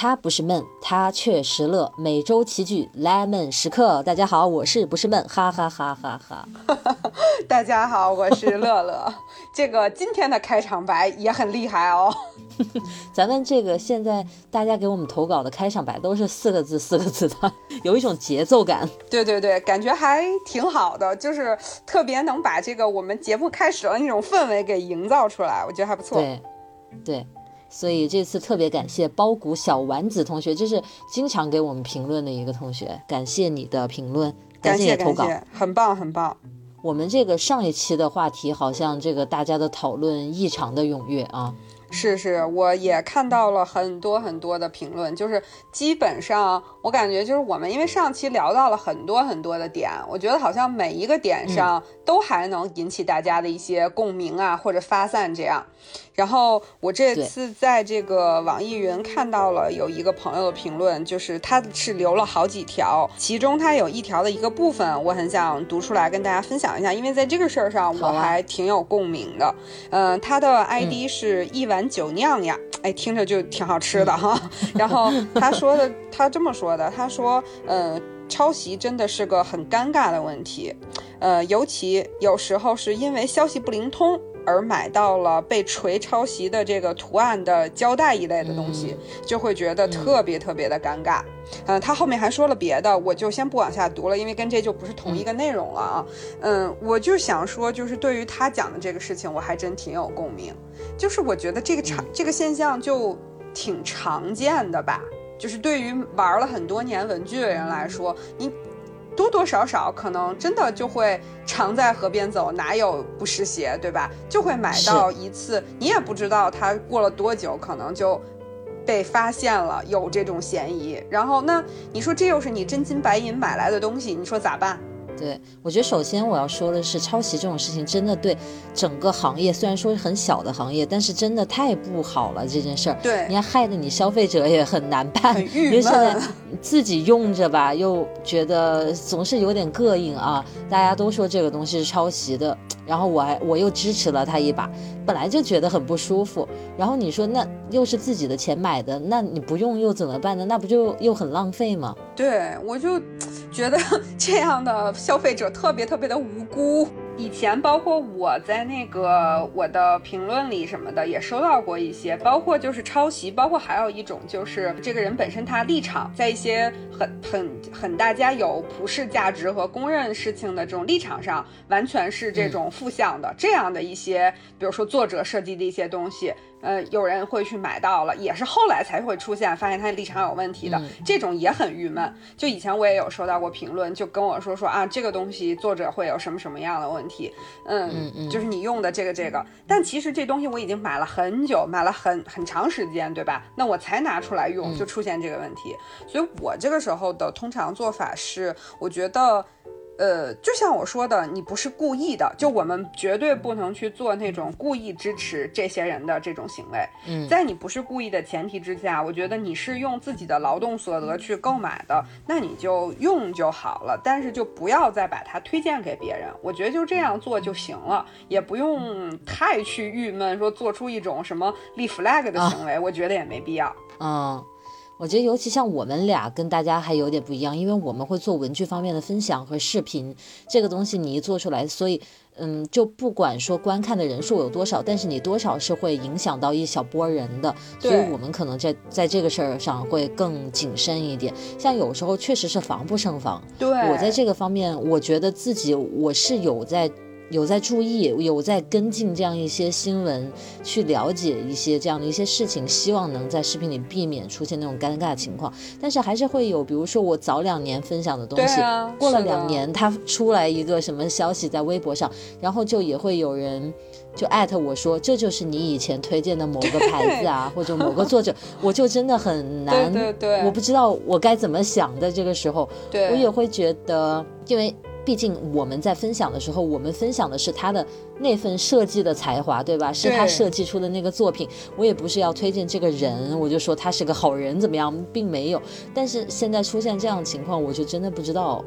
他不是闷，他确实乐。每周齐聚 Lemon 时刻。大家好，我是不是闷，哈哈哈哈哈。 大家好，我是乐乐。这个今天的开场白也很厉害哦。 咱们这个现在大家给我们投稿的开场白都是四个字的，有一种节奏感。 对对对，感觉还挺好的，就是特别能把这个我们节目开始的那种氛围给营造出来，我觉得还不错。 对，所以这次特别感谢包谷小丸子同学，这是经常给我们评论的一个同学，感谢你的评论，感谢你的投稿， 很棒很棒。 我们这个上一期的话题好像这个大家的讨论异常的踊跃啊。 是，我也看到了很多的评论，就是基本上我感觉就是我们因为上期聊到了很多的点，我觉得好像每一个点上都还能引起大家的一些共鸣啊，或者发散这样。然后我这次在这个网易云看到了有一个朋友的评论，就是他是留了好几条，其中他有一条的一个部分我很想读出来跟大家分享一下，因为在这个事儿上我还挺有共鸣的。他的 ID 是一碗酒酿呀，哎，听着就挺好吃的哈。然后他这么说的，他说抄袭真的是个很尴尬的问题，尤其有时候是因为消息不灵通而买到了被锤抄袭的这个图案的胶带一类的东西，就会觉得特别的尴尬。他后面还说了别的，我就先不往下读了，因为跟这就不是同一个内容了啊。我就想说，就是对于他讲的这个事情，我还真挺有共鸣。就是我觉得这个现象就挺常见的吧，就是对于玩了很多年文具的人来说，你多多少少可能真的就会常在河边走，哪有不湿鞋，对吧？就会买到一次，你也不知道它过了多久，可能就被发现了有这种嫌疑。然后那你说这又是你真金白银买来的东西，你说咋办？ 对，我觉得首先我要说的是，抄袭这种事情真的对整个行业，虽然说是很小的行业，但是真的太不好了这件事儿。 对， 你还害得你消费者也很难办， 很郁闷。 因为现在自己用着吧，又觉得总是有点膈应啊。大家都说这个东西是抄袭的，然后我又支持了他一把，本来就觉得很不舒服。然后你说那又是自己的钱买的，那你不用又怎么办呢？那不就又很浪费吗？ 对，我就觉得这样的消费者特别的无辜。以前包括我在那个我的评论里什么的也收到过一些，包括就是抄袭，包括还有一种就是这个人本身他立场在一些很大家有普世价值和公认事情的这种立场上完全是这种负向的，这样的一些比如说作者设计的一些东西，有人会去买到了，也是后来才会出现发现他立场有问题的，这种也很郁闷。就以前我也有收到过评论，就跟我说啊，这个东西作者会有什么样的问题，就是你用的这个，但其实这东西我已经买了很久，买了很长时间，对吧？那我才拿出来用，就出现这个问题。所以我这个时候的通常做法是，我觉得就像我说的，你不是故意的，就我们绝对不能去做那种故意支持这些人的这种行为。在你不是故意的前提之下，我觉得你是用自己的劳动所得去购买的，那你就用就好了，但是就不要再把它推荐给别人。我觉得就这样做就行了，也不用太去郁闷，说做出一种什么立 flag 的行为，我觉得也没必要。 我觉得尤其像我们俩跟大家还有点不一样，因为我们会做文具方面的分享和视频，这个东西你一做出来，所以就不管说观看的人数有多少，但是你多少是会影响到一小波人的，所以我们可能在这个事儿上会更谨慎一点。像有时候确实是防不胜防， 对， 我在这个方面我觉得自己我是有在注意，有在跟进这样一些新闻，去了解一些这样的一些事情，希望能在视频里避免出现那种尴尬情况。但是还是会有，比如说我早2年分享的东西，过了2年它出来一个什么消息在微博上，然后就也会有人就艾特我说这就是你以前推荐的某个牌子啊，或者某个作者，我就真的很难， 对， 我不知道我该怎么想的。这个时候我也会觉得，因为毕竟我们在分享的时候，我们分享的是他的那份设计的才华，对吧？是他设计出的那个作品，我也不是要推荐这个人，我就说他是个好人怎么样，并没有。但是现在出现这样的情况，我就真的不知道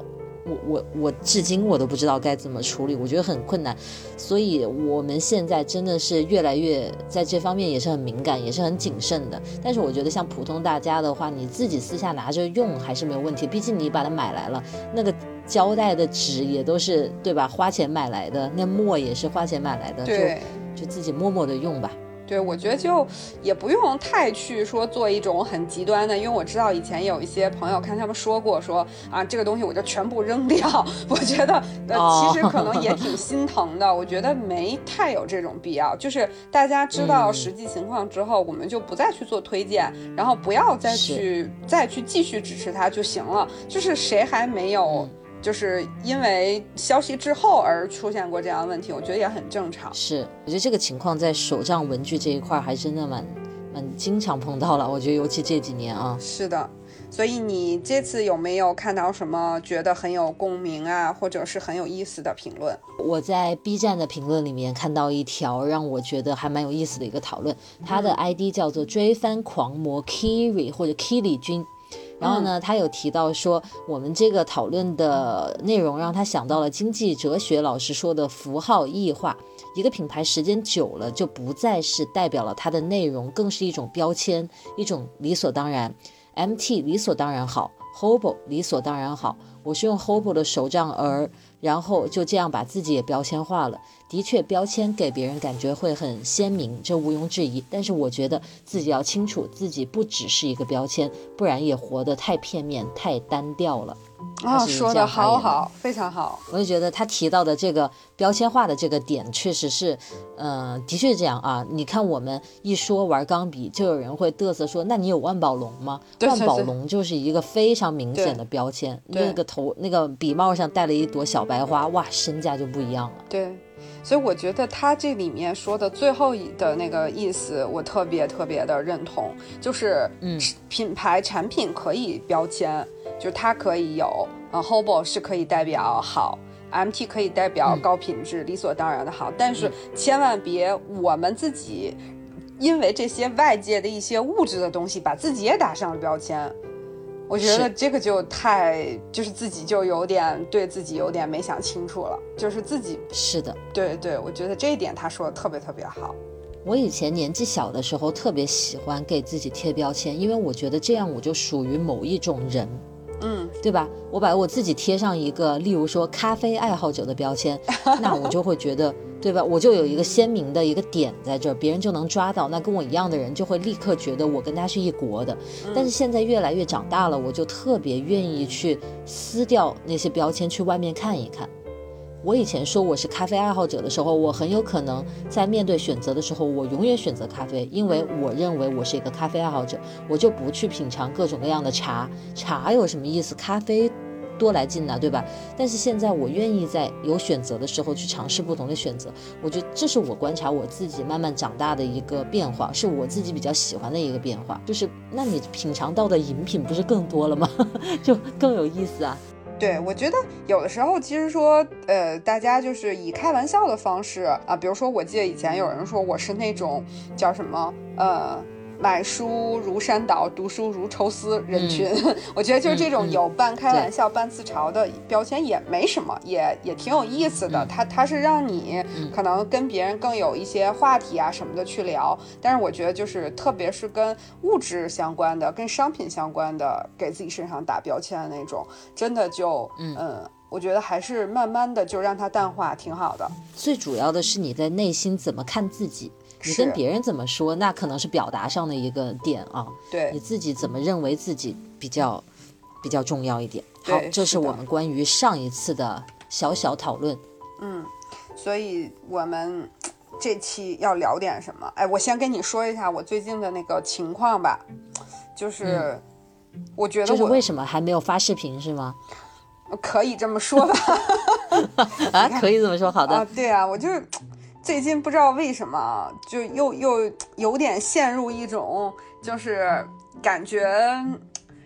我至今我都不知道该怎么处理，我觉得很困难。所以我们现在真的是越来越在这方面也是很敏感，也是很谨慎的。但是我觉得像普通大家的话，你自己私下拿着用还是没有问题，毕竟你把它买来了，那个胶带的纸也都是对吧，花钱买来的，那墨也是花钱买来的， 对， 就自己默默的用吧。 对，我觉得就也不用太去说做一种很极端的，因为我知道以前有一些朋友看他们说过说啊，这个东西我就全部扔掉。我觉得其实可能也挺心疼的。我觉得没太有这种必要，就是大家知道实际情况之后，我们就不再去做推荐，然后不要再去继续支持它就行了。就是谁还没有就是因为消息滞后而出现过这样的问题，我觉得也很正常。 是，我觉得这个情况在手账文具这一块还真的蛮经常碰到了，我觉得尤其这几年啊。 是的，所以你这次有没有看到什么觉得很有共鸣啊，或者是很有意思的评论？ 我在 B 站的评论里面看到一条让我觉得还蛮有意思的一个讨论，他的 ID 叫做追番狂魔 Kiri 或者 Kiri 君。然后呢，他有提到说，我们这个讨论的内容让他想到了经济哲学老师说的符号异化。一个品牌时间久了，就不再是代表了它的内容，更是一种标签，一种理所当然。MT 理所当然好， Hobo 理所当然好。我是用 Hobo 的手账儿，然后就这样把自己也标签化了。的确，标签给别人感觉会很鲜明，这毋庸置疑。但是我觉得自己要清楚，自己不只是一个标签，不然也活得太片面、太单调了。 说得好好，非常好。 我就觉得他提到的这个标签化的这个点，确实是，的确是这样啊。你看我们一说玩钢笔，就有人会嘚瑟说，那你有万宝龙吗？ 对， 万宝龙就是一个非常明显的标签，那个笔帽上戴了一朵小白花，哇，身价就不一样了。 对。所以我觉得他这里面说的最后的那个意思，我特别的认同，就是品牌产品可以标签，就是它可以有Hobo 是可以代表好， MT 可以代表高品质，理所当然的好，但是千万别我们自己因为这些外界的一些物质的东西把自己也打上了标签。我觉得这个就就是自己就有点对自己有点没想清楚了，就是自己是的， 对，我觉得这一点他说的特别好。 我以前年纪小的时候特别喜欢给自己贴标签，因为我觉得这样我就属于某一种人，对吧？我把我自己贴上一个例如说咖啡爱好者的标签，那我就会觉得对吧，我就有一个鲜明的一个点在这儿，别人就能抓到，那跟我一样的人就会立刻觉得我跟他是一国的。但是现在越来越长大了，我就特别愿意去撕掉那些标签，去外面看一看。我以前说我是咖啡爱好者的时候，我很有可能在面对选择的时候，我永远选择咖啡，因为我认为我是一个咖啡爱好者，我就不去品尝各种各样的茶有什么意思？咖啡多来劲呢，对吧？但是现在我愿意在有选择的时候去尝试不同的选择，我觉得这是我观察我自己慢慢长大的一个变化，是我自己比较喜欢的一个变化。就是那你品尝到的饮品不是更多了吗？就更有意思啊。 对，我觉得有的时候其实说大家就是以开玩笑的方式啊，比如说我记得以前有人说我是那种叫什么买书如山倒，读书如抽丝人群。我觉得就是这种有半开玩笑半自嘲的标签也没什么，也挺有意思的。它是让你可能跟别人更有一些话题啊什么的去聊。但是我觉得就是特别是跟物质相关的、跟商品相关的，给自己身上打标签的那种，真的就我觉得还是慢慢的就让它淡化，挺好的。 最主要的是你在内心怎么看自己。你跟别人怎么说，那可能是表达上的一个点啊。 对， 你自己怎么认为自己比较重要一点。好，这是我们关于上一次的小讨论。 所以我们这期要聊点什么？我先跟你说一下我最近的那个情况吧，就是我觉得就是为什么还没有发视频是吗？ 可以这么说吧。 可以这么说，好的。 对啊，我就是最近不知道为什么就又有点陷入一种就是感觉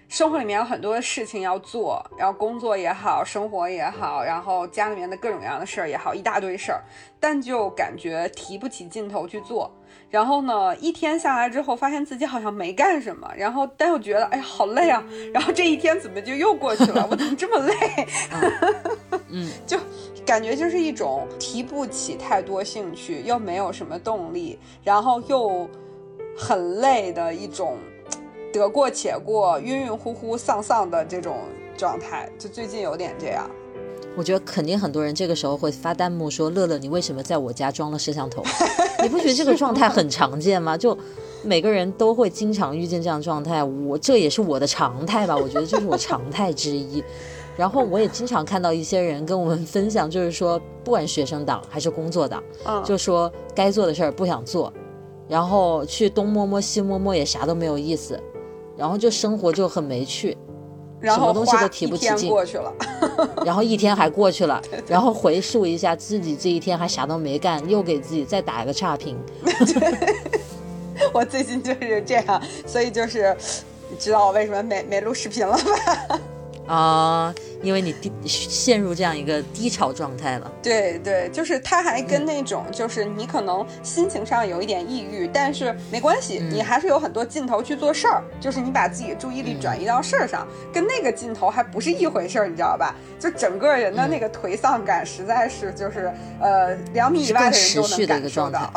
生活里面有很多的事情要做，然后工作也好，生活也好，然后家里面的各种各样的事儿也好，一大堆事儿，但就感觉提不起劲头去做。然后呢，一天下来之后，发现自己好像没干什么，然后但又觉得哎呀好累啊，然后这一天怎么就又过去了？我怎么这么累？就感觉就是一种提不起太多兴趣，又没有什么动力，然后又很累的一种得过且过、晕晕乎乎、丧丧的这种状态，就最近有点这样。 我觉得肯定很多人这个时候会发弹幕说，乐乐你为什么在我家装了摄像头？你不觉得这个状态很常见吗？就每个人都会经常遇见这样的状态，这也是我的常态吧，我觉得这是我常态之一。然后我也经常看到一些人跟我们分享，就是说不管学生党还是工作党，就说该做的事儿不想做，然后去东摸摸西摸摸也啥都没有意思，然后就生活就很没趣， 然后什么东西都提不起劲， 过去了然后一天还过去了，然后回溯一下自己这一天还啥都没干，又给自己再打一个差评。 我最近就是这样，所以就是你知道我为什么没录视频了吧？ 因为你陷入这样一个低潮状态了。 对对，就是他还跟那种就是你可能心情上有一点抑郁，但是没关系，你还是有很多劲头去做事儿，就是你把自己注意力转移到事儿上，跟那个劲头还不是一回事儿，你知道吧？就整个人的那个颓丧感实在是就是2米以外的人都能感受到，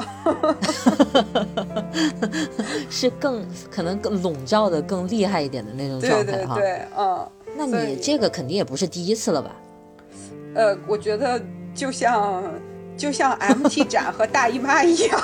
是更可能更笼罩的更厉害一点的那种状态哈。 对对对， 那你这个肯定也不是第一次了吧？ 我觉得就像 MT 展和大姨妈一样，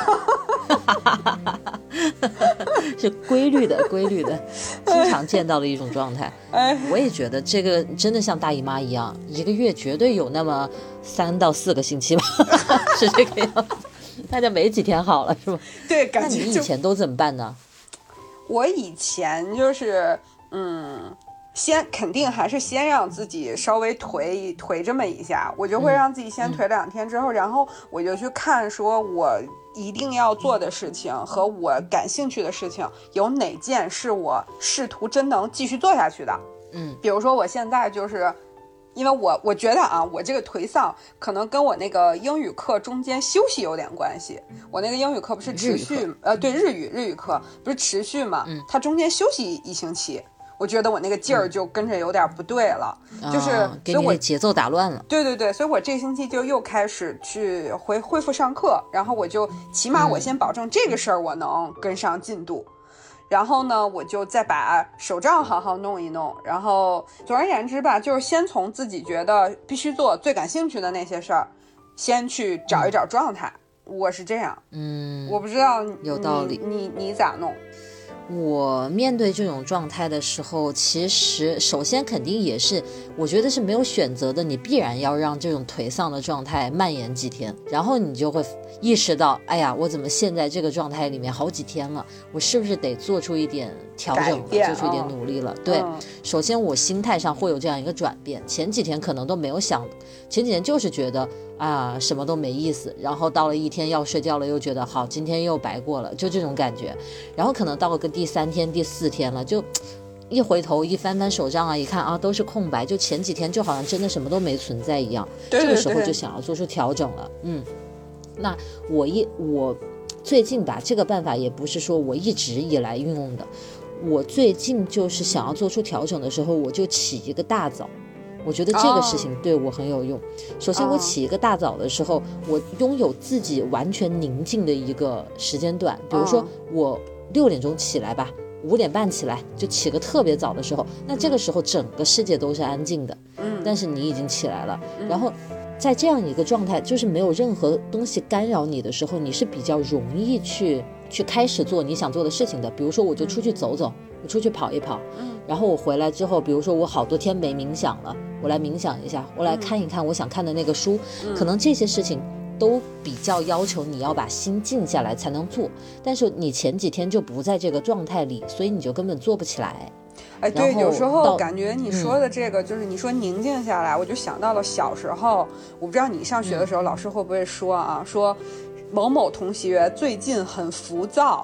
是规律的，经常见到的一种状态。我也觉得这个真的像大姨妈一样，一个月绝对有那么3到4个星期吧，是这个样子。那就没几天好了，是吧？ 对，感觉。 那你以前都怎么办呢？ 我以前就是肯定还是先让自己稍微颓这么一下，我就会让自己先颓2天之后，然后我就去看说我一定要做的事情和我感兴趣的事情有哪件是我试图真能继续做下去的。比如说我现在就是因为我觉得我这个颓丧可能跟我那个英语课中间休息有点关系。我那个英语课不是持续对日语课不是持续嘛，它中间休息1星期，我觉得我那个劲儿就跟着有点不对了，就是给你的节奏打乱了。 对对对，所以我这星期就又开始去恢复上课，然后我就起码我先保证这个事儿我能跟上进度。然后呢，我就再把手账好好弄一弄，然后总而言之吧，就是先从自己觉得必须做、最感兴趣的那些事儿，先去找一找状态。我是这样，我不知道有道理， 你咋弄？ 我面对这种状态的时候，其实首先肯定也是我觉得是没有选择的，你必然要让这种颓丧的状态蔓延几天，然后你就会意识到，哎呀，我怎么陷在这个状态里面好几天了，我是不是得做出一点调整了，做出一点努力了。对，首先我心态上会有这样一个转变，前几天可能都没有想，前几天就是觉得什么都没意思，然后到了一天要睡觉了又觉得好，今天又白过了，就这种感觉。然后可能到了个第3天第4天了，就一回头一翻翻手账一看都是空白，就前几天就好像真的什么都没存在一样。 对对对， 这个时候就想要做出调整了。那我最近吧，这个办法也不是说我一直以来运用的，我最近就是想要做出调整的时候，我就起一个大早。我觉得这个事情对我很有用。首先我起一个大早的时候，我拥有自己完全宁静的一个时间段，比如说我6点钟起来吧，5点半起来，就起个特别早的时候，那这个时候整个世界都是安静的，但是你已经起来了，然后在这样一个状态，就是没有任何东西干扰你的时候，你是比较容易去开始做你想做的事情的。比如说我就出去走走，我出去跑一跑，然后我回来之后，比如说我好多天没冥想了，我来冥想一下，我来看一看我想看的那个书，可能这些事情都比较要求你要把心静下来才能做，但是你前几天就不在这个状态里，所以你就根本做不起来。 对，有时候感觉你说的这个就是你说宁静下来，我就想到了小时候，我不知道你上学的时候老师会不会说说某某同学最近很浮躁，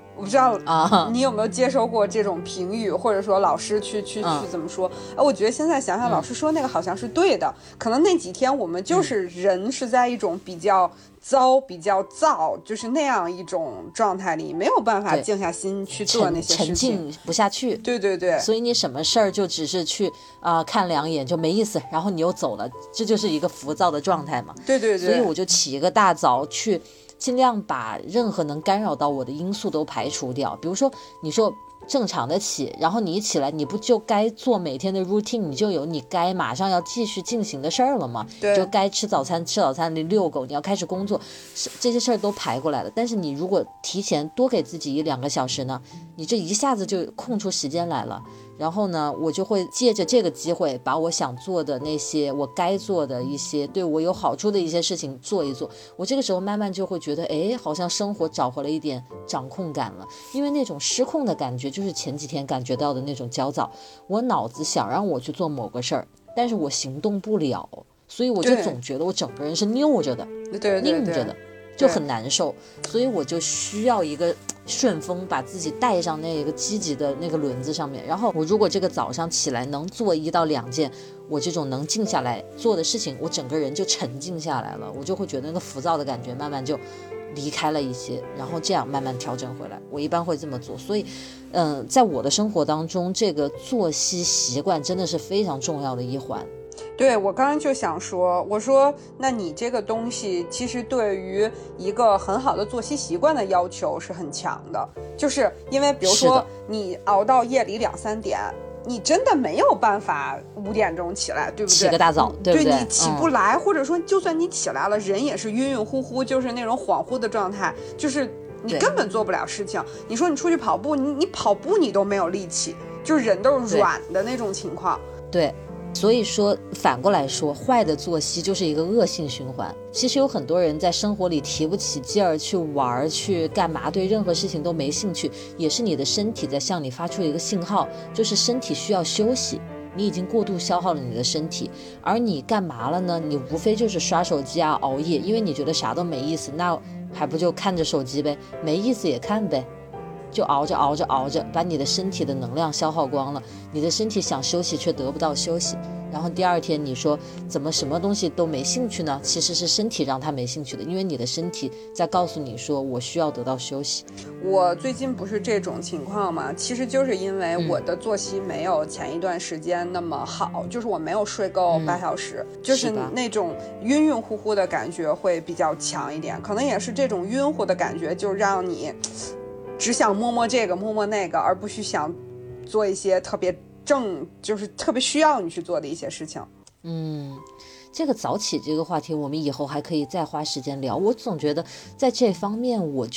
我不知道你有没有接收过这种评语，或者说老师去怎么说？我觉得现在想想，老师说那个好像是对的。可能那几天我们就是人是在一种比较糟、比较躁，就是那样一种状态里，没有办法静下心去做那些事情， 沉浸不下去。 对对对， 所以你什么事儿就只是去看两眼就没意思，然后你又走了，这就是一个浮躁的状态嘛。 对对对， 所以我就起一个大早去。尽量把任何能干扰到我的因素都排除掉，比如说你说正常的起，然后你一起来，你不就该做每天的 routine， 你就有你该马上要继续进行的事儿了吗？ 对， 就该吃早餐，你遛狗，你要开始工作，这些事儿都排过来了。但是你如果提前多给自己1-2个小时呢，你这一下子就空出时间来了。然后呢，我就会借着这个机会，把我想做的那些我该做的一些对我有好处的一些事情做一做。我这个时候慢慢就会觉得，哎，好像生活找回了一点掌控感了。因为那种失控的感觉，就是前几天感觉到的那种焦躁。我脑子想让我去做某个事儿，但是我行动不了，所以我就总觉得我整个人是扭着的，拧着的，就很难受。所以我就需要一个顺风，把自己带上那个积极的那个轮子上面。然后我如果这个早上起来能做1到2件我这种能静下来做的事情，我整个人就沉静下来了，我就会觉得那个浮躁的感觉慢慢就离开了一些，然后这样慢慢调整回来。我一般会这么做。所以在我的生活当中，这个作息习惯真的是非常重要的一环。 对，我刚刚就想说，我说那你这个东西其实对于一个很好的作息习惯的要求是很强的，就是因为比如说你熬到夜里2-3点，你真的没有办法5点钟起来，对不对？ 起个大早，对不对？ 你起不来，或者说就算你起来了，人也是晕晕乎乎，就是那种恍惚的状态，就是你根本做不了事情。你说你出去跑步，你跑步你都没有力气，就是人都是软的那种情况。 对。所以说反过来说，坏的作息就是一个恶性循环。其实有很多人在生活里提不起劲儿去玩去干嘛，对任何事情都没兴趣，也是你的身体在向你发出一个信号，就是身体需要休息，你已经过度消耗了你的身体。而你干嘛了呢？你无非就是刷手机啊，熬夜，因为你觉得啥都没意思，那还不就看着手机呗，没意思也看呗，就熬着，把你的身体的能量消耗光了，你的身体想休息却得不到休息，然后第二天你说怎么什么东西都没兴趣呢？其实是身体让他没兴趣的，因为你的身体在告诉你说我需要得到休息。 我最近不是这种情况吗？其实就是因为我的作息没有前一段时间那么好，就是我没有睡够8小时，就是那种晕晕乎乎的感觉会比较强一点，可能也是这种晕乎的感觉就让你只想摸这个摸那个，而不去想做一些特别就是特别需要你去做的一些事情。 这个早起这个话题我们以后还可以再花时间聊。我总觉得在这方面我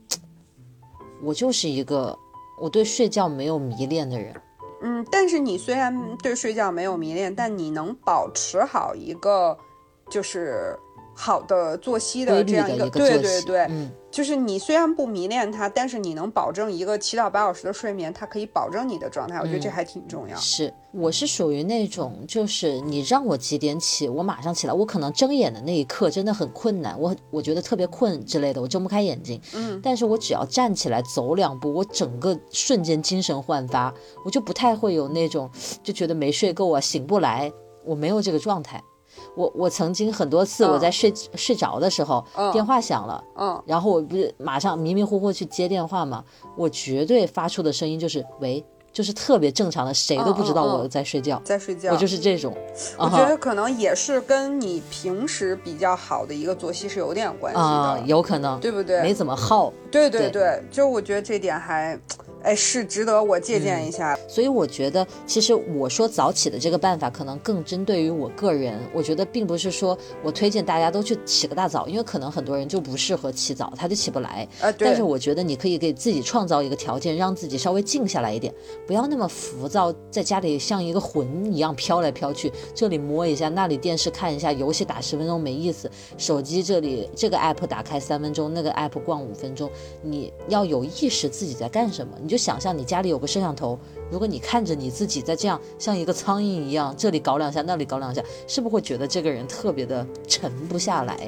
就是一个我对睡觉没有迷恋的人。 但是你虽然对睡觉没有迷恋，但你能保持好一个就是好的作息的这样一个对，就是你虽然不迷恋它，但是你能保证一个7到8小时的睡眠，它可以保证你的状态，我觉得这还挺重要。 我是属于那种就是你让我几点起我马上起来，我可能睁眼的那一刻真的很困难，我觉得特别困之类的，我睁不开眼睛，但是我只要站起来走2步，我整个瞬间精神焕发，我就不太会有那种就觉得没睡够啊醒不来，我没有这个状态。我曾经很多次我在睡着的时候，电话响了，然后我不是马上迷迷糊糊去接电话嘛，我绝对发出的声音就是喂，就是特别正常的，谁都不知道我在睡觉，我就是这种。 我觉得可能也是跟你平时比较好的一个作息是有点关系的， 有可能， 对不对？ 没怎么耗， 对，就我觉得这点还是值得我借鉴一下。 所以我觉得其实我说早起的这个办法可能更针对于我个人，我觉得并不是说我推荐大家都去起个大早，因为可能很多人就不适合起早，他就起不来，但是我觉得你可以给自己创造一个条件，让自己稍微静下来一点，不要那么浮躁，在家里像一个魂一样飘来飘去，这里摸一下，那里电视看一下，游戏打10分钟没意思，手机这里这个 app 打开3分钟，那个 app 逛5分钟，你要有意识自己在干什么。你就想象你家里有个摄像头，如果你看着你自己在这样像一个苍蝇一样，这里搞2下那里搞2下，是不是会觉得这个人特别的沉不下来？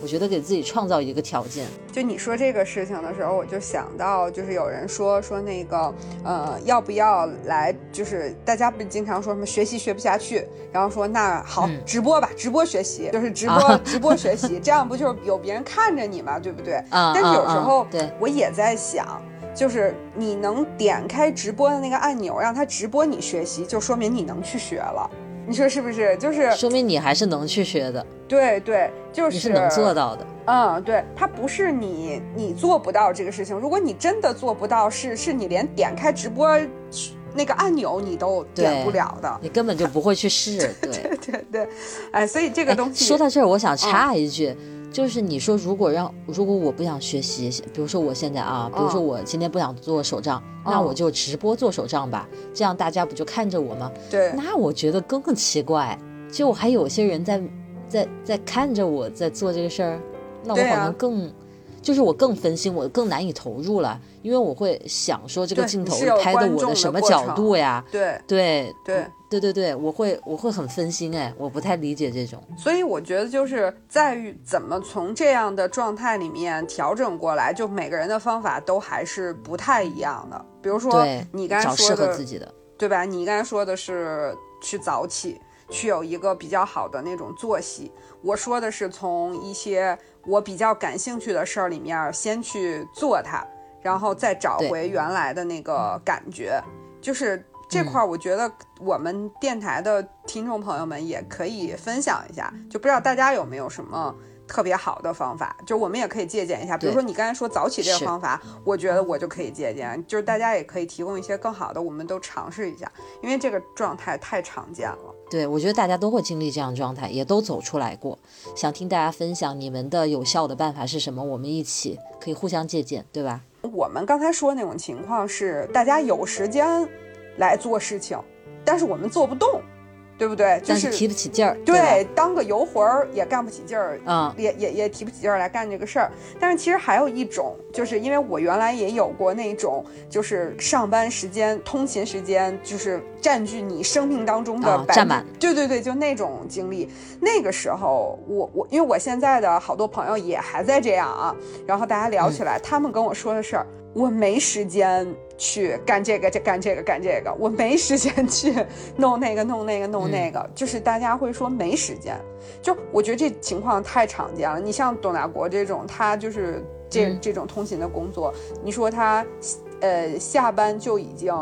我觉得给自己创造一个条件。 就你说这个事情的时候，我就想到，就是有人说那个，要不要来？就是大家不是经常说什么学习学不下去，然后说那好，直播吧，直播学习，就是直播学习，这样不就是有别人看着你嘛，对不对？但是有时候我也在想，就是你能点开直播的那个按钮，让他直播你学习，就说明你能去学了。你说是不是？就是说明你还是能去学的。 对对，就是你是能做到的。 对，它不是你做不到这个事情。如果你真的做不到，是你连点开直播那个按钮你都点不了的， 你根本就不会去试。 对，哎，所以这个东西说到这儿，我想插一句。就是你说如果我不想学习，比如说我现在比如说我今天不想做手账，那我就直播做手账吧，这样大家不就看着我吗？ 对， 那我觉得更奇怪，就还有些人在看着我在做这个事儿，那我好像就是我更分心，我更难以投入了，因为我会想说这个镜头拍的我的什么角度呀？对，我会很分心，我不太理解这种。 所以我觉得就是在于怎么从这样的状态里面调整过来，就每个人的方法都还是不太一样的。比如说你刚才说的， 找适合自己的， 对吧？你刚才说的是去早起，去有一个比较好的那种作息。我说的是从一些我比较感兴趣的事儿里面先去做它，然后再找回原来的那个感觉。就是这块我觉得我们电台的听众朋友们也可以分享一下，就不知道大家有没有什么特别好的方法，就我们也可以借鉴一下。比如说你刚才说早起这个方法，我觉得我就可以借鉴，就是大家也可以提供一些更好的，我们都尝试一下，因为这个状态太常见了。 对，我觉得大家都会经历这样的状态，也都走出来过。想听大家分享你们的有效的办法是什么，我们一起可以互相借鉴，对吧？ 我们刚才说那种情况是大家有时间来做事情，但是我们做不动，对不对？ 但是提不起劲儿， 对，当个油活儿也干不起劲儿，也提不起劲儿来干这个事儿。但是其实还有一种，就是因为我原来也有过那种，就是上班时间、通勤时间，就是占据你生命当中的占满， 对，就那种经历。那个时候，我因为我现在的好多朋友也还在这样啊，然后大家聊起来，他们跟我说的事儿，我没时间去干这个，我没时间去弄那个，就是大家会说没时间。就我觉得这情况太常见了。你像董大国这种，他就是这种通勤的工作，你说他下班就已经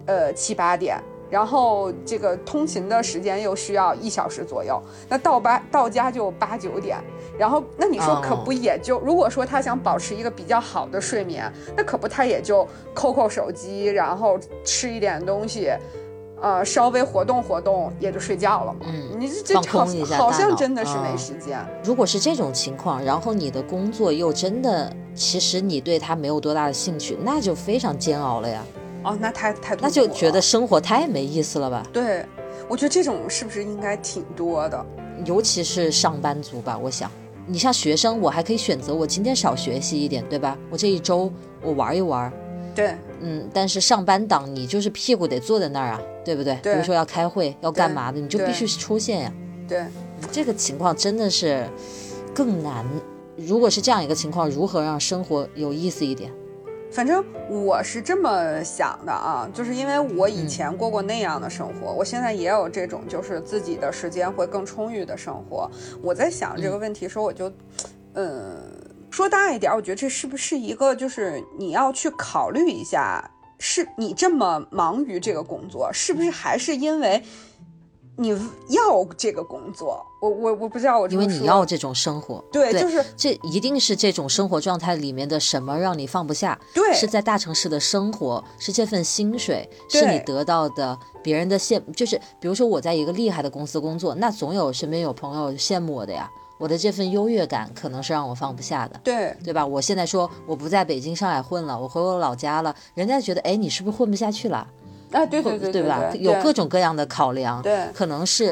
7、8点。然后这个通勤的时间又需要1小时左右，那到家就8、9点，然后那你说可不也就，如果说他想保持一个比较好的睡眠，那可不他也就扣手机，然后吃一点东西，稍微活动也就睡觉了嘛。你这放空一下， 好像真的是没时间。 如果是这种情况，然后你的工作又真的其实你对他没有多大的兴趣，那就非常煎熬了呀。 那太痛苦了， 那就觉得生活太没意思了吧？ 对，我觉得这种是不是应该挺多的？ 尤其是上班族吧，我想，你像学生，我还可以选择我今天少学习一点，对吧？我这一周我玩一玩。 对， 但是上班党你就是屁股得坐在那儿啊，对不对？比如说要开会要干嘛的，你就必须出现呀。 对， 这个情况真的是更难。如果是这样一个情况，如何让生活有意思一点？ 反正我是这么想的啊，就是因为我以前过过那样的生活，我现在也有这种就是自己的时间会更充裕的生活。我在想这个问题的时候，我就说大一点，我觉得这是不是一个就是你要去考虑一下，是你这么忙于这个工作，是不是还是因为你要这个工作？我不知道我这么说， 因为你要这种生活。 对，就是这一定是这种生活状态里面的什么让你放不下？ 对， 是在大城市的生活，是这份薪水，是你得到的别人的就是比如说我在一个厉害的公司工作，那总有身边有朋友羡慕我的呀。我的这份优越感可能是让我放不下的，对吧？我现在说我不在北京、上海混了，我回我老家了，人家觉得你是不是混不下去了？ 对吧？有各种各样的考量， 对， 可能是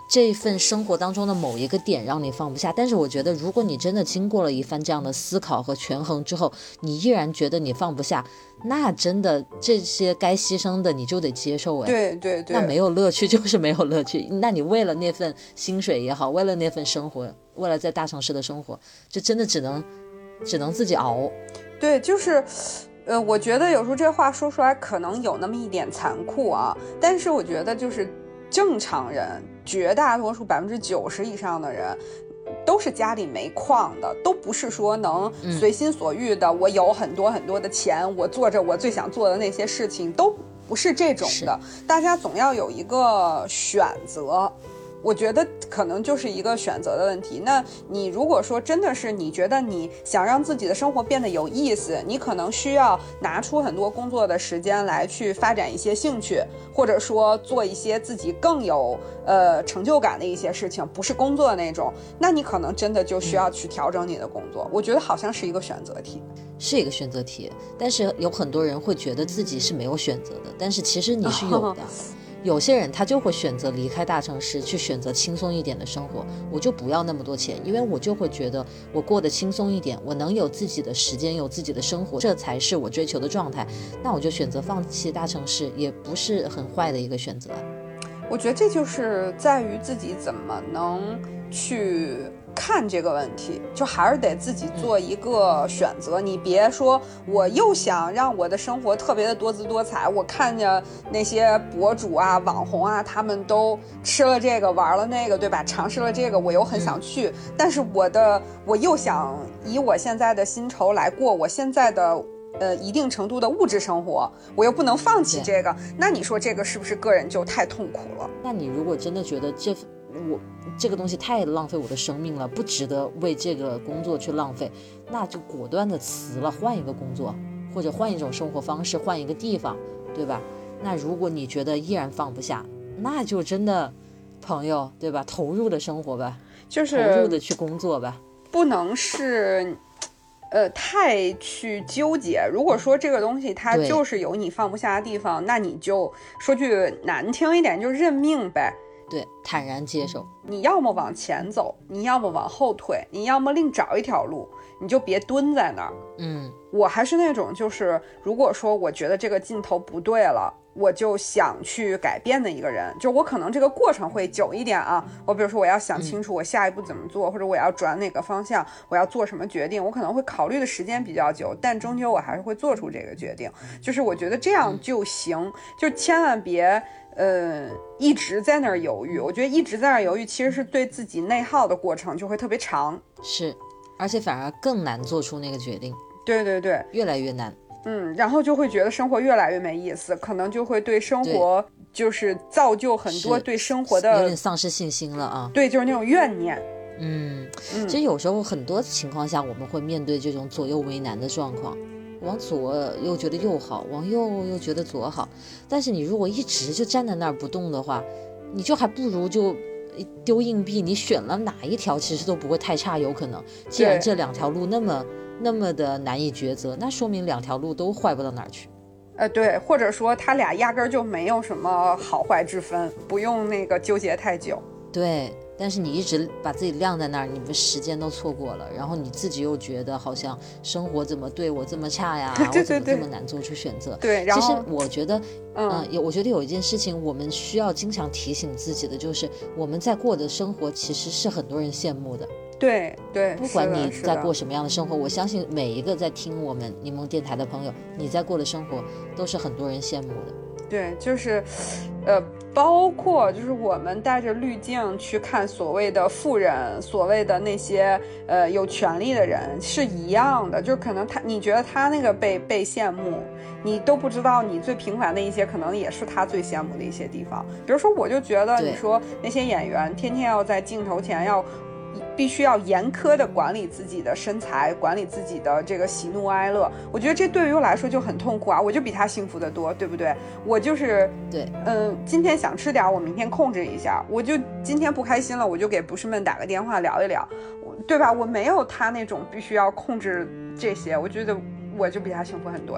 这份生活当中的某一个点让你放不下，但是我觉得如果你真的经过了一番这样的思考和权衡之后，你依然觉得你放不下，那真的这些该牺牲的你就得接受。 对对对， 那没有乐趣就是没有乐趣，那你为了那份薪水也好，为了那份生活，为了在大城市的生活，就真的只能自己熬。 对，就是我觉得有时候这话说出来可能有那么一点残酷啊，但是我觉得就是正常人，绝大多数90%以上的人都是家里没矿的，都不是说能随心所欲的，我有很多很多的钱，我做着我最想做的那些事情，都不是这种的。大家总要有一个选择，我觉得可能就是一个选择的问题。那你如果说真的是你觉得你想让自己的生活变得有意思，你可能需要拿出很多工作的时间来去发展一些兴趣，或者说做一些自己更有成就感的一些事情，不是工作那种，那你可能真的就需要去调整你的工作。我觉得好像是一个选择题， 是一个选择题，但是有很多人会觉得自己是没有选择的，但是其实你是有的。有些人他就会选择离开大城市，去选择轻松一点的生活，我就不要那么多钱，因为我就会觉得我过得轻松一点，我能有自己的时间，有自己的生活，这才是我追求的状态。那我就选择放弃大城市，也不是很坏的一个选择。 我觉得这就是在于自己怎么能去看这个问题，就还是得自己做一个选择。你别说我又想让我的生活特别的多姿多彩，我看见那些博主啊网红啊，他们都吃了这个玩了那个，对吧，尝试了这个，我又很想去，但是我又想以我现在的薪酬来过我现在的一定程度的物质生活，我又不能放弃这个，那你说这个是不是个人就太痛苦了？ 那你如果真的觉得这个东西太浪费我的生命了，不值得为这个工作去浪费，那就果断的辞了，换一个工作，或者换一种生活方式，换一个地方，对吧？那如果你觉得依然放不下，那就真的朋友，对吧，投入的生活吧， 就是投入的去工作吧， 不能是太去纠结。如果说这个东西它就是有你放不下的地方，那你就说句难听一点，就认命呗。 对，坦然接受。 你要么往前走，你要么往后退，你要么另找一条路，你就别蹲在那儿。我还是那种就是如果说我觉得这个劲头不对了，我就想去改变的一个人。就我可能这个过程会久一点啊，我比如说我要想清楚我下一步怎么做，或者我要转哪个方向，我要做什么决定，我可能会考虑的时间比较久，但终究我还是会做出这个决定。就是我觉得这样就行，就千万别一直在那儿犹豫。我觉得一直在那儿犹豫其实是对自己内耗的过程就会特别长， 是，而且反而更难做出那个决定。 对对对， 越来越难。 然后就会觉得生活越来越没意思，可能就会对生活就是造就很多对生活的有点丧失信心了啊。 对，就是那种怨念。 其实有时候很多情况下我们会面对这种左右为难的状况，往左又觉得右好，往右又觉得左好，但是你如果一直就站在那儿不动的话，你就还不如就丢硬币，你选了哪一条其实都不会太差，有可能既然这两条路那么的难以抉择，那说明两条路都坏不到哪儿去。 对，或者说他俩压根就没有什么好坏之分，不用那个纠结太久。 对，但是你一直把自己晾在那儿，你们时间都错过了，然后你自己又觉得好像生活怎么对我这么差呀， 对对对， 我怎么这么难做出选择。 对，然后其实我觉得我觉得有一件事情我们需要经常提醒自己的，就是我们在过的生活其实是很多人羡慕的。 对对， 不管你在过什么样的生活，我相信每一个在听我们柠檬电台的朋友，你在过的生活都是很多人羡慕的。 对，就是包括就是我们带着滤镜去看所谓的富人，所谓的那些有权利的人是一样的，就是可能你觉得他那个被羡慕，你都不知道你最平凡的一些可能也是他最羡慕的一些地方。比如说我就觉得你说那些演员天天要在镜头前必须要严苛的管理自己的身材，管理自己的这个喜怒哀乐，我觉得这对于我来说就很痛苦啊，我就比他幸福的多，对不对？我就是今天想吃点，我明天控制一下，我就今天不开心了，我就给不是们打个电话聊一聊，对吧？我没有他那种必须要控制这些，我觉得我就比他幸福很多呀。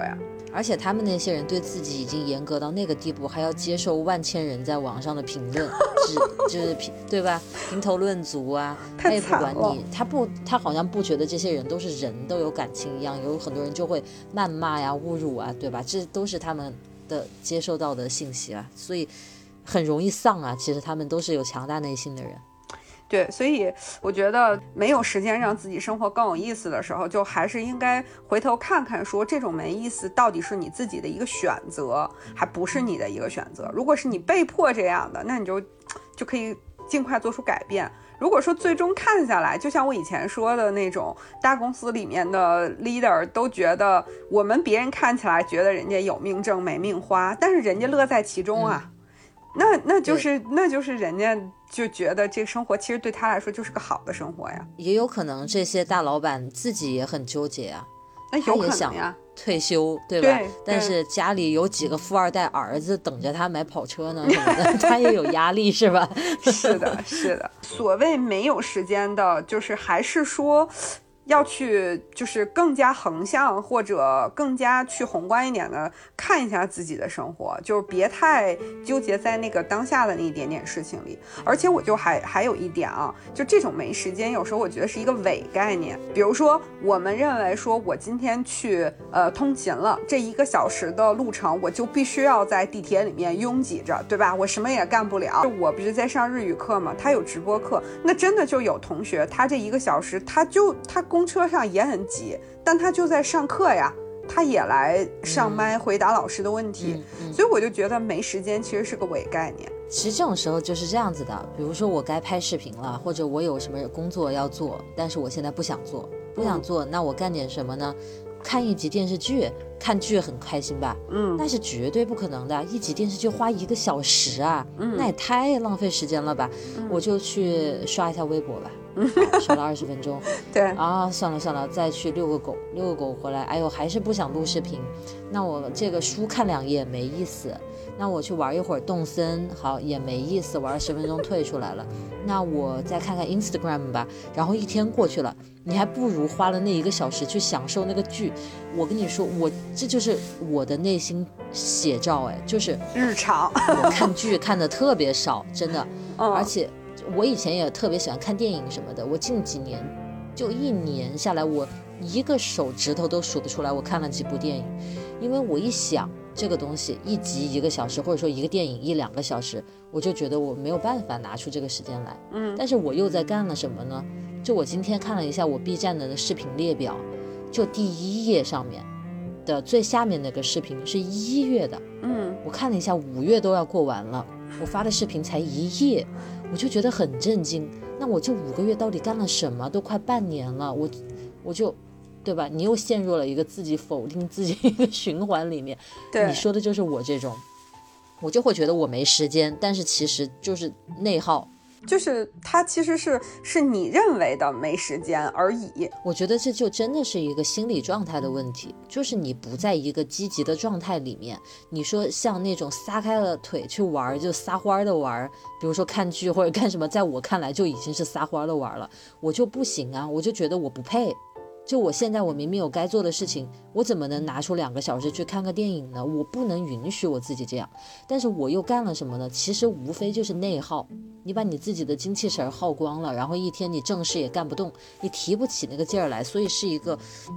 而且他们那些人对自己已经严格到那个地步，还要接受万千人在网上的评论，就是对吧？评头论足啊，他也不管你，他好像不觉得这些人都是人，都有感情一样。有很多人就会谩骂呀、侮辱啊，对吧？这都是他们的接受到的信息啊，所以很容易丧啊。其实他们都是有强大内心的人。 对，所以我觉得没有时间让自己生活更有意思的时候，就还是应该回头看看，说这种没意思到底是你自己的一个选择，还不是你的一个选择。如果是你被迫这样的，那你就可以尽快做出改变。如果说最终看下来，就像我以前说的那种大公司里面的 leader 都觉得我们别人看起来觉得人家有命挣没命花，但是人家乐在其中啊。那就是人家就觉得这生活其实对他来说就是个好的生活呀。 也有可能这些大老板自己也很纠结啊， 那有可能呀， 退休对吧？对，但是家里有几个富二代儿子等着他买跑车呢什么的，他也有压力是吧？ 是的，是的。所谓没有时间的，就是还是说要去就是更加横向或者更加去宏观一点的看一下自己的生活，就是别太纠结在那个当下的那一点点事情里。而且我就还有一点啊，就这种没时间有时候我觉得是一个伪概念。比如说我们认为说我今天去通勤了，这1个小时的路程我就必须要在地铁里面拥挤着，对吧？我什么也干不了。我不是在上日语课吗？他有直播课，那真的就有同学他这1个小时他公车上也很挤，但他就在上课呀，他也来上麦回答老师的问题。所以我就觉得没时间其实是个伪概念。 其实这种时候就是这样子的，比如说我该拍视频了，或者我有什么工作要做，但是我现在不想做，那我干点什么呢？看一集电视剧，看剧很开心吧？那是绝对不可能的。一集电视剧花1个小时啊，那也太浪费时间了吧？我就去刷一下微博吧。刷了20分钟， 对啊，算了，再去遛个狗回来，哎呦，还是不想录视频。那我这个书看2页没意思，那我去玩一会儿动森，好也没意思，玩10分钟退出来了。那我再看看 Instagram 吧，然后1天过去了，你还不如花了那1个小时去享受那个剧。我跟你说，这就是我的内心写照，哎，就是日常。 我看剧看的特别少，真的，而且。我以前也特别喜欢看电影什么的，我近几年就1年下来，我1个手指头都数得出来我看了几部电影。因为我一想这个东西1集1个小时，或者说一个电影1-2个小时，我就觉得我没有办法拿出这个时间来。但是我又在干了什么呢？就我今天看了一下我 B 站的视频列表，就第1页上面的最下面那个视频是1月的，我看了一下5月都要过完了，我发的视频才1页，我就觉得很震惊。那我这5个月到底干了什么？都快半年了，我就对吧？你又陷入了一个自己否定自己一个循环里面。 对， 你说的就是我这种，我就会觉得我没时间，但是其实就是内耗。 就是它其实是你认为的没时间而已。 我觉得这就真的是一个心理状态的问题，就是你不在一个积极的状态里面。你说像那种撒开了腿去玩，就撒欢的玩，比如说看剧或者干什么，在我看来就已经是撒欢的玩了，我就不行啊，我就觉得我不配。就我现在我明明有该做的事情，我怎么能拿出2个小时去看个电影呢？我不能允许我自己这样。但是我又干了什么呢？其实无非就是内耗，你把你自己的精气神耗光了，然后一天你正事也干不动，你提不起那个劲儿来，所以是一个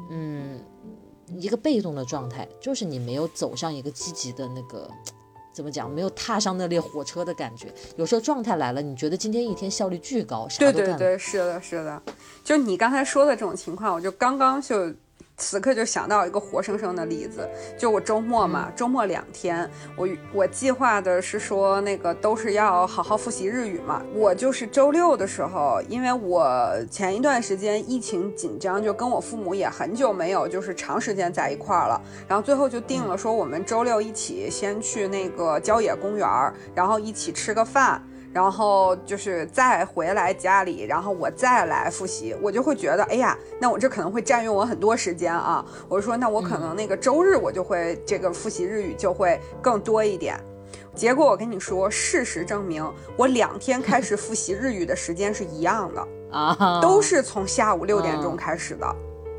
被动的状态，就是你没有走上一个积极的那个怎么讲，没有踏上那列火车的感觉。有时候状态来了，你觉得今天一天效率巨高，啥都干了。 对，是的，就你刚才说的这种情况，我就刚刚此刻就想到一个活生生的例子。就我周末嘛，周末2天，我计划的是说那个都是要好好复习日语嘛。我就是周6的时候，因为我前一段时间疫情紧张，就跟我父母也很久没有就是长时间在一块儿了，然后最后就定了说我们周6一起先去那个郊野公园，然后一起吃个饭，然后就是再回来家里，然后我再来复习。我就会觉得哎呀，那我这可能会占用我很多时间啊。我就说那我可能那个周日我就会这个复习日语就会更多一点。结果我跟你说，事实证明我2天开始复习日语的时间是一样的啊，都是从下午6点钟开始的。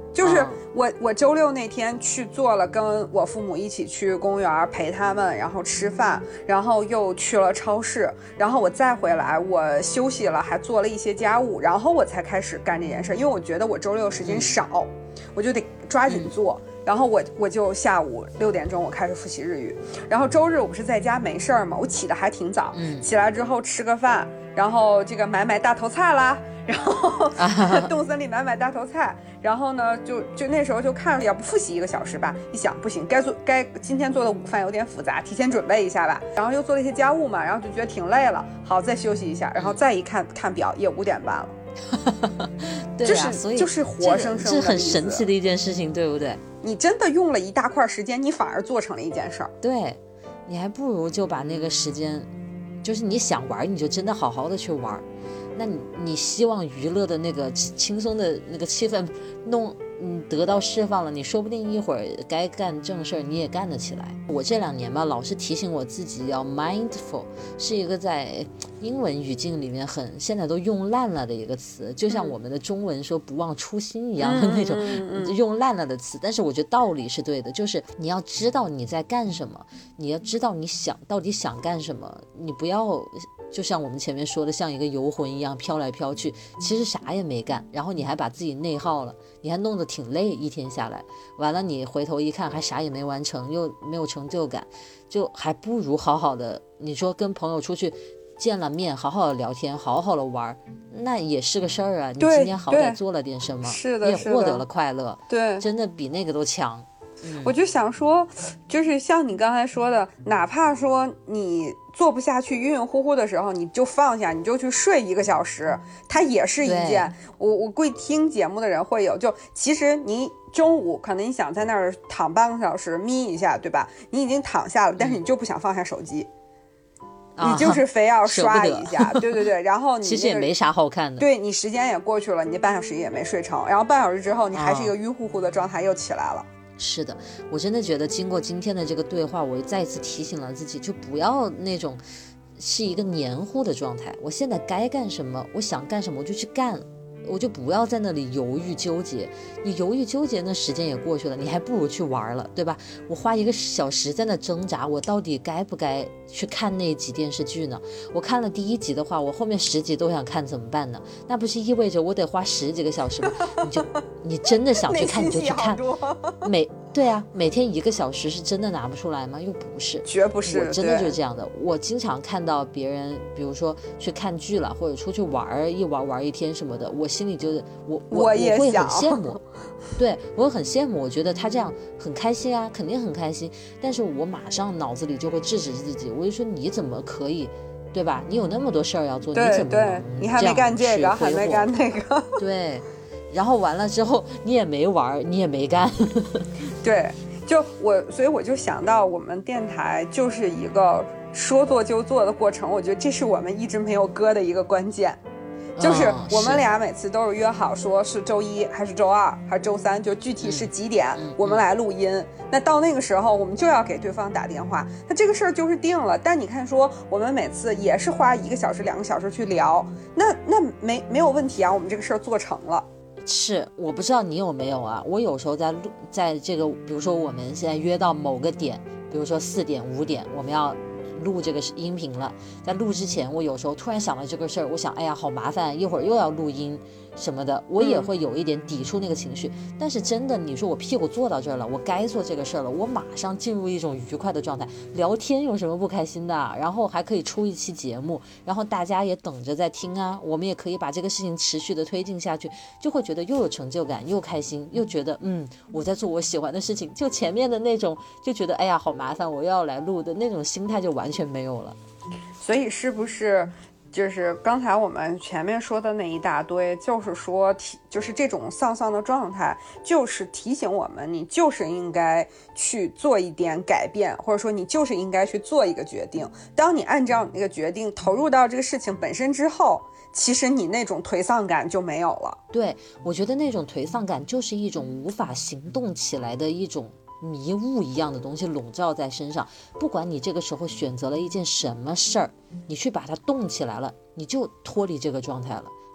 就是我周六那天去做了，跟我父母一起去公园陪他们，然后吃饭，然后又去了超市，然后我再回来，我休息了，还做了一些家务，然后我才开始干这件事，因为我觉得我周六时间少，我就得抓紧做。然后我就下午6点钟我开始复习日语，然后周日我不是在家没事儿嘛，我起得还挺早，起来之后吃个饭，然后这个买大头菜啦，然后动森里买大头菜，然后呢就那时候就看了，要不复习1个小时吧，一想不行，该今天做的午饭有点复杂，提前准备一下吧，然后又做了一些家务嘛，然后就觉得挺累了，好再休息一下，然后再一看表也5点半了。 对啊，所以就是活生生的， 这很神奇的一件事情，对不对？ 你真的用了一大块时间，你反而做成了一件事儿。 对，你还不如就把那个时间，就是你想玩，你就真的好好的去玩。那你希望娱乐的那个轻松的那个气氛得到释放了，你说不定一会儿该干正事儿你也干得起来。我这2年吧，老是提醒我自己要 mindful， 是一个在英文语境里面现在都用烂了的一个词，就像我们的中文说不忘初心一样的那种用烂了的词。但是我觉得道理是对的，就是你要知道你在干什么，你要知道你到底想干什么，你不要就像我们前面说的像一个游魂一样飘来飘去，其实啥也没干，然后你还把自己内耗了，你还弄得挺累，一天下来完了你回头一看还啥也没完成，又没有成就感，就还不如好好的，你说跟朋友出去见了面好好的聊天好好的玩，那也是个事儿啊，你今天好歹做了点什么，你也获得了快乐， 对， 真的比那个都强。 我就想说，就是像你刚才说的，哪怕说你做不下去晕晕乎乎的时候，你就放下，你就去睡1个小时，它也是一件我估计听节目的人会有，就其实你中午可能你想在那儿躺半个小时眯一下，对吧？你已经躺下了，但是你就不想放下手机，你就是非要刷一下，对对对，然后你、 其实也没啥好看的， 对，你时间也过去了，你半小时也没睡成，然后半小时之后你还是一个晕乎乎的状态又起来了。 是的，我真的觉得经过今天的这个对话，我再次提醒了自己，就不要那种是一个黏糊的状态。我现在该干什么，我想干什么我就去干，我就不要在那里犹豫纠结。你犹豫纠结，那时间也过去了，你还不如去玩了，对吧？我花1个小时在那挣扎，我到底该不该去看那集电视剧呢？我看了第1集的话，我后面10集都想看，怎么办呢？那不是意味着我得花10几个小时吗？你真的想去看你就去看，对啊，每天1个小时是真的拿不出来吗？又不是， 绝不是， 我真的就是这样的。我经常看到别人，比如说去看剧了，或者出去玩一天什么的，我心里就是我会很羡慕，对，我很羡慕，我觉得他这样很开心啊，肯定很开心。但是我马上脑子里就会制止自己，我就说你怎么可以？对吧？你有那么多事儿要做，你怎么对，你还没干这个，还没干那个， 对。然后完了之后，你也没玩，你也没干， 对，所以我就想到，我们电台就是一个说做就做的过程，我觉得这是我们一直没有割的一个关键。就是我们俩每次都是约好说是周1还是周2还是周3，就具体是几点我们来录音，那到那个时候我们就要给对方打电话，那这个事儿就是定了。但你看说我们每次也是花1个小时2个小时去聊，那没有问题啊，我们这个事儿做成了。 是，我不知道你有没有啊，我有时候在这个比如说我们现在约到某个点，比如说4点5点我们要录这个音频了，在录之前我有时候突然想到这个事儿，我想哎呀好麻烦，一会儿又要录音什么的，我也会有一点抵触那个情绪。但是真的你说我屁股坐到这儿了，我该做这个事儿了，我马上进入一种愉快的状态，聊天有什么不开心的？然后还可以出一期节目，然后大家也等着在听啊，我们也可以把这个事情持续的推进下去，就会觉得又有成就感又开心，又觉得我在做我喜欢的事情，就前面的那种就觉得哎呀好麻烦我又要来录的那种心态就完全没有了。 所以是不是就是刚才我们前面说的那一大堆，就是说就是这种丧丧的状态，就是提醒我们你就是应该去做一点改变，或者说你就是应该去做一个决定。当你按照你那个决定投入到这个事情本身之后，其实你那种颓丧感就没有了。 对，我觉得那种颓丧感就是一种无法行动起来的一种迷雾一样的东西笼罩在身上，不管你这个时候选择了一件什么事儿，你去把它动起来了，你就脱离这个状态了，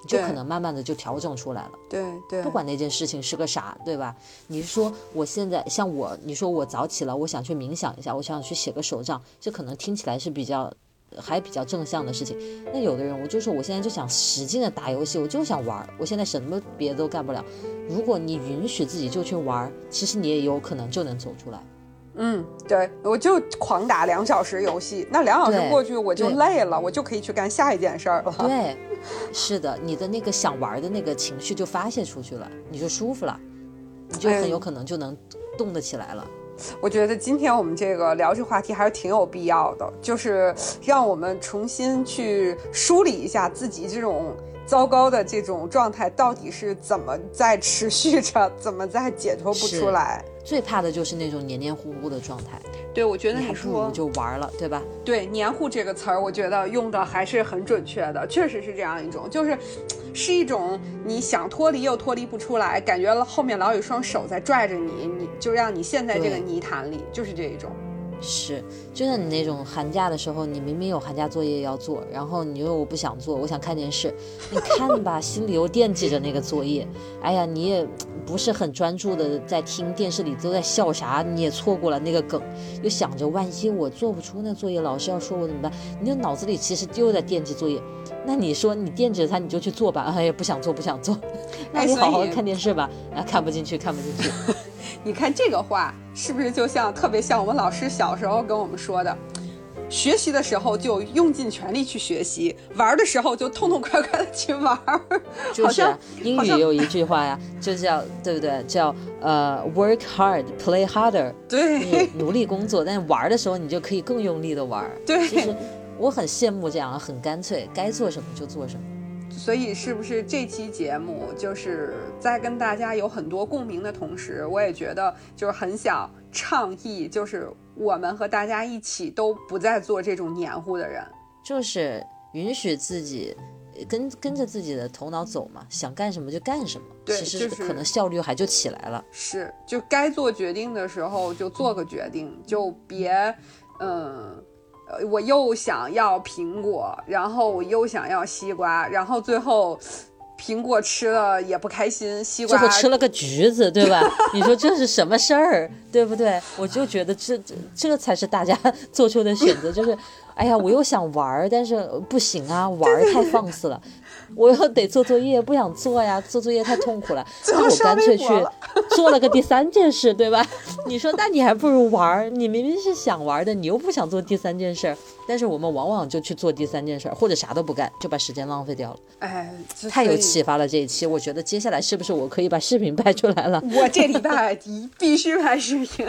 你就可能慢慢的就调整出来了。 对对， 不管那件事情是个啥，对吧？你说我现在像我，你说我早起了，我想去冥想一下，我想去写个手账，这可能听起来是还比较正向的事情。那有的人我就说我现在就想使劲的打游戏，我就想玩，我现在什么别的都干不了。如果你允许自己就去玩，其实你也有可能就能走出来。 对，我就狂打2小时游戏，那2小时过去我就累了，我就可以去干下一件事儿了。 对，是的，你的那个想玩的那个情绪就发泄出去了，你就舒服了，你就很有可能就能动得起来了。 我觉得今天我们这个聊这话题还是挺有必要的，就是让我们重新去梳理一下自己这种糟糕的这种状态到底是怎么在持续着，怎么在解脱不出来。 最怕的就是那种黏黏糊糊的状态。 对，我觉得你还不如就玩了，对吧？ 对，黏糊这个词儿，我觉得用的还是很准确的，确实是这样一种，是一种你想脱离又脱离不出来，感觉后面老有一双手在拽着你，你就让你陷在这个泥潭里，就是这一种。 是，就像你那种寒假的时候，你明明有寒假作业要做，然后你又我不想做，我想看电视，你看吧，心里又惦记着那个作业，哎呀，你也不是很专注的在听电视里都在笑啥，你也错过了那个梗，又想着万一我做不出那作业，老师要说我怎么办？你的脑子里其实又在惦记作业，那你说你惦记着它，你就去做吧，哎呀，不想做，那你好好看电视吧，看不进去。 你看这个话是不是就特别像我们老师小时候跟我们说的，学习的时候就用尽全力去学习，玩的时候就痛痛快快的去玩。 就是英语有一句话呀，就叫对不对？叫work hard, play harder。 对， 努力工作，但玩的时候你就可以更用力的玩。 对， 其实我很羡慕这样，很干脆，该做什么就做什么。 所以是不是这期节目就是在跟大家有很多共鸣的同时，我也觉得就是很想倡议，就是我们和大家一起都不再做这种黏糊的人， 就是允许自己跟着自己的头脑走嘛，想干什么就干什么。 对， 其实可能效率还就起来了。 是，就该做决定的时候就做个决定，就别我又想要苹果，然后我又想要西瓜，然后最后苹果吃了也不开心，西瓜最后吃了个橘子，对吧？你说这是什么事儿，对不对？我就觉得这才是大家做出的选择，就是哎呀，我又想玩，但是不行啊，玩太放肆了。我又得做作业，不想做呀，做作业太痛苦了，那我干脆去做了个第3件事，对吧？你说那你还不如玩，你明明是想玩的，你又不想做第3件事，但是我们往往就去做第3件事，或者啥都不干，就把时间浪费掉了。 哎， 太有启发了这一期，我觉得接下来是不是我可以把视频拍出来了？ 我这礼拜必须拍视频，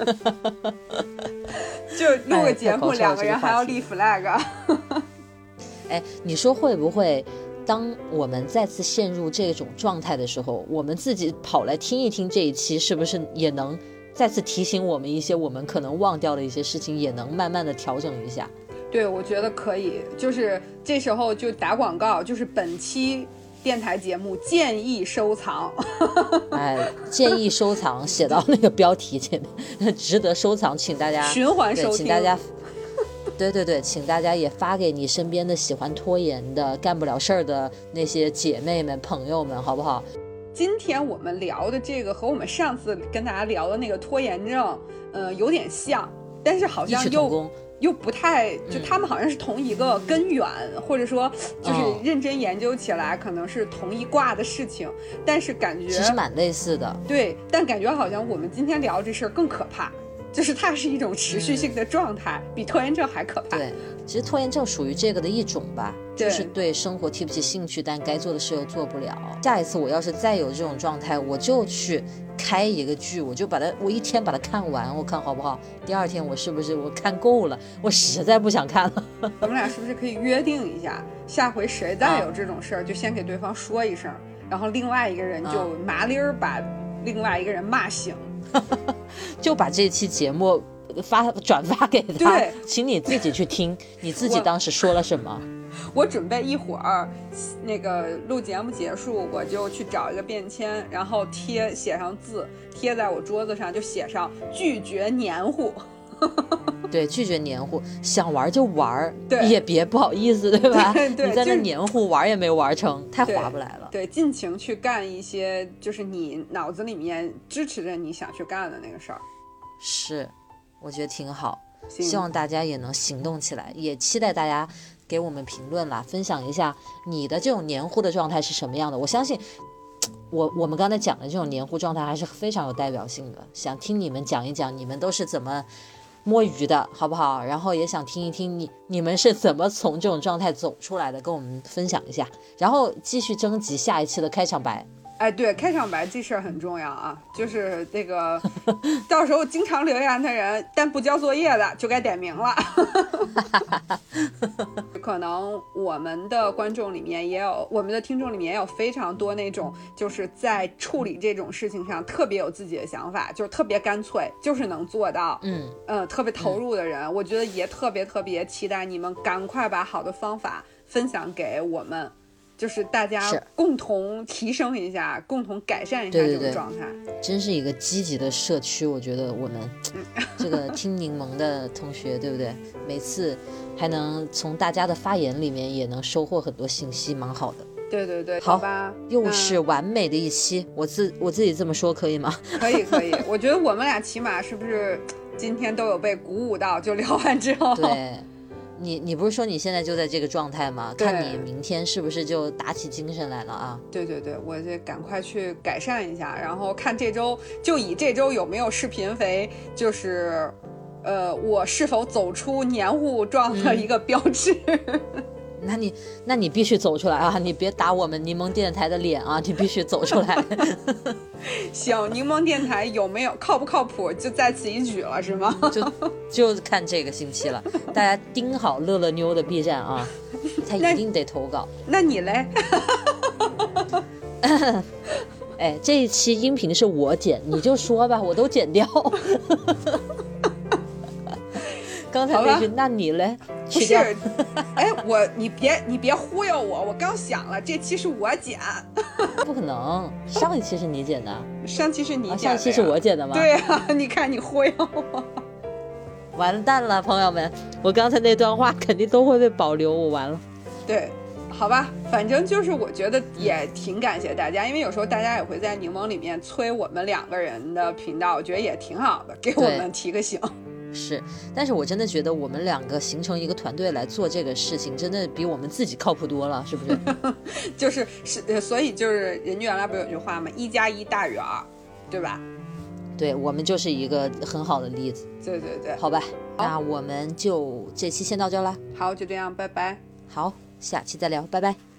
就录个节目，2个人还要立 flag。 哎，你说会不会？当我们再次陷入这种状态的时候，我们自己跑来听一听这一期，是不是也能再次提醒我们一些我们可能忘掉的一些事情，也能慢慢的调整一下？ 对，我觉得可以，就是这时候就打广告，就是本期电台节目建议收藏。 哎，建议收藏写到那个标题前面，值得收藏，请大家循环收听， 请大家。对，请大家也发给你身边的喜欢拖延的、干不了事儿的那些姐妹们、朋友们，好不好？ 今天我们聊的这个和我们上次跟大家聊的那个拖延症，有点像，但是好像又不太，就他们好像是同一个根源，或者说就是认真研究起来可能是同一挂的事情，但是感觉其实蛮类似的。 对，但感觉好像我们今天聊这事儿更可怕。就是它是一种持续性的状态，比拖延症还可怕。 对，其实拖延症属于这个的一种吧，就是对生活提不起兴趣，但该做的事又做不了。下一次我要是再有这种状态，我就去开一个剧，我一天把它看完，我看好不好？第2天我是不是我看够了？我实在不想看了。 我们俩是不是可以约定一下，下回谁再有这种事儿，就先给对方说一声，然后另外一个人就麻利儿把另外一个人骂醒。 就把这期节目转发给他，请你自己去听，你自己当时说了什么。 我准备一会儿那个录节目结束，我就去找一个便签，然后写上字，贴在我桌子上，就写上拒绝黏糊。 对，拒绝黏糊，想玩就玩， 对， 也别不好意思，对吧？ 对， 你在那黏糊玩也没玩成，太划不来了。 对，尽情去干一些就是你脑子里面支持着你想去干的那个事儿。 是，我觉得挺好，希望大家也能行动起来，也期待大家给我们评论啦，分享一下你的这种黏糊的状态是什么样的。我相信我们刚才讲的这种黏糊状态还是非常有代表性的，想听你们讲一讲你们都是怎么摸鱼的，好不好？然后也想听一听你们是怎么从这种状态走出来的，跟我们分享一下，然后继续征集下一期的开场白。 哎，对，开场白这事儿很重要啊，就是这个到时候经常留言的人但不交作业的就该点名了。可能我们的观众里面也有，我们的听众里面也有非常多那种就是在处理这种事情上特别有自己的想法，就是特别干脆，就是能做到特别投入的人，我觉得也特别期待你们赶快把好的方法分享给我们，就是大家共同提升一下，共同改善一下这种状态。 真是一个积极的社区，我觉得我们这个听柠檬的同学，对不对？每次还能从大家的发言里面也能收获很多信息，蛮好的。 对， 好吧， 又是完美的一期，我自己这么说可以吗？ 可以，我觉得我们俩起码是不是今天都有被鼓舞到，就聊完之后。 对。你不是说你现在就在这个状态吗？看你明天是不是就打起精神来了啊？ 对，我就赶快去改善一下，然后看这周有没有视频为就是我是否走出黏糊状的一个标志。 那你必须走出来啊！你别打我们柠檬电台的脸啊！你必须走出来。 行，柠檬电台有没有靠不靠谱，就在此一举了，是吗？ 就看这个星期了，大家盯好乐乐妞的 B 站啊，他一定得投稿。 那你嘞？ 哎，这一期音频是我剪，你就说吧，我都剪掉。刚才那句，那你嘞？ 不是，哎，你别忽悠我，我刚想了，这期是我剪。 不可能，上一期是你剪的。 上期是你剪的， 上期是我剪的吗？ 对啊，你看你忽悠我。 完蛋了，朋友们，我刚才那段话肯定都会被保留，我完了。 对，好吧，反正就是我觉得也挺感谢大家，因为有时候大家也会在柠檬里面催我们两个人的频道，我觉得也挺好的，给我们提个醒。 是，但是我真的觉得我们两个形成一个团队来做这个事情，真的比我们自己靠谱多了，是不是？ 所以就是人家原来不有句话吗？1+1大于2，对吧？ 对，我们就是一个很好的例子。 对， 好吧，那我们就这期先到这了。 好，就这样，拜拜。 好，下期再聊，拜拜。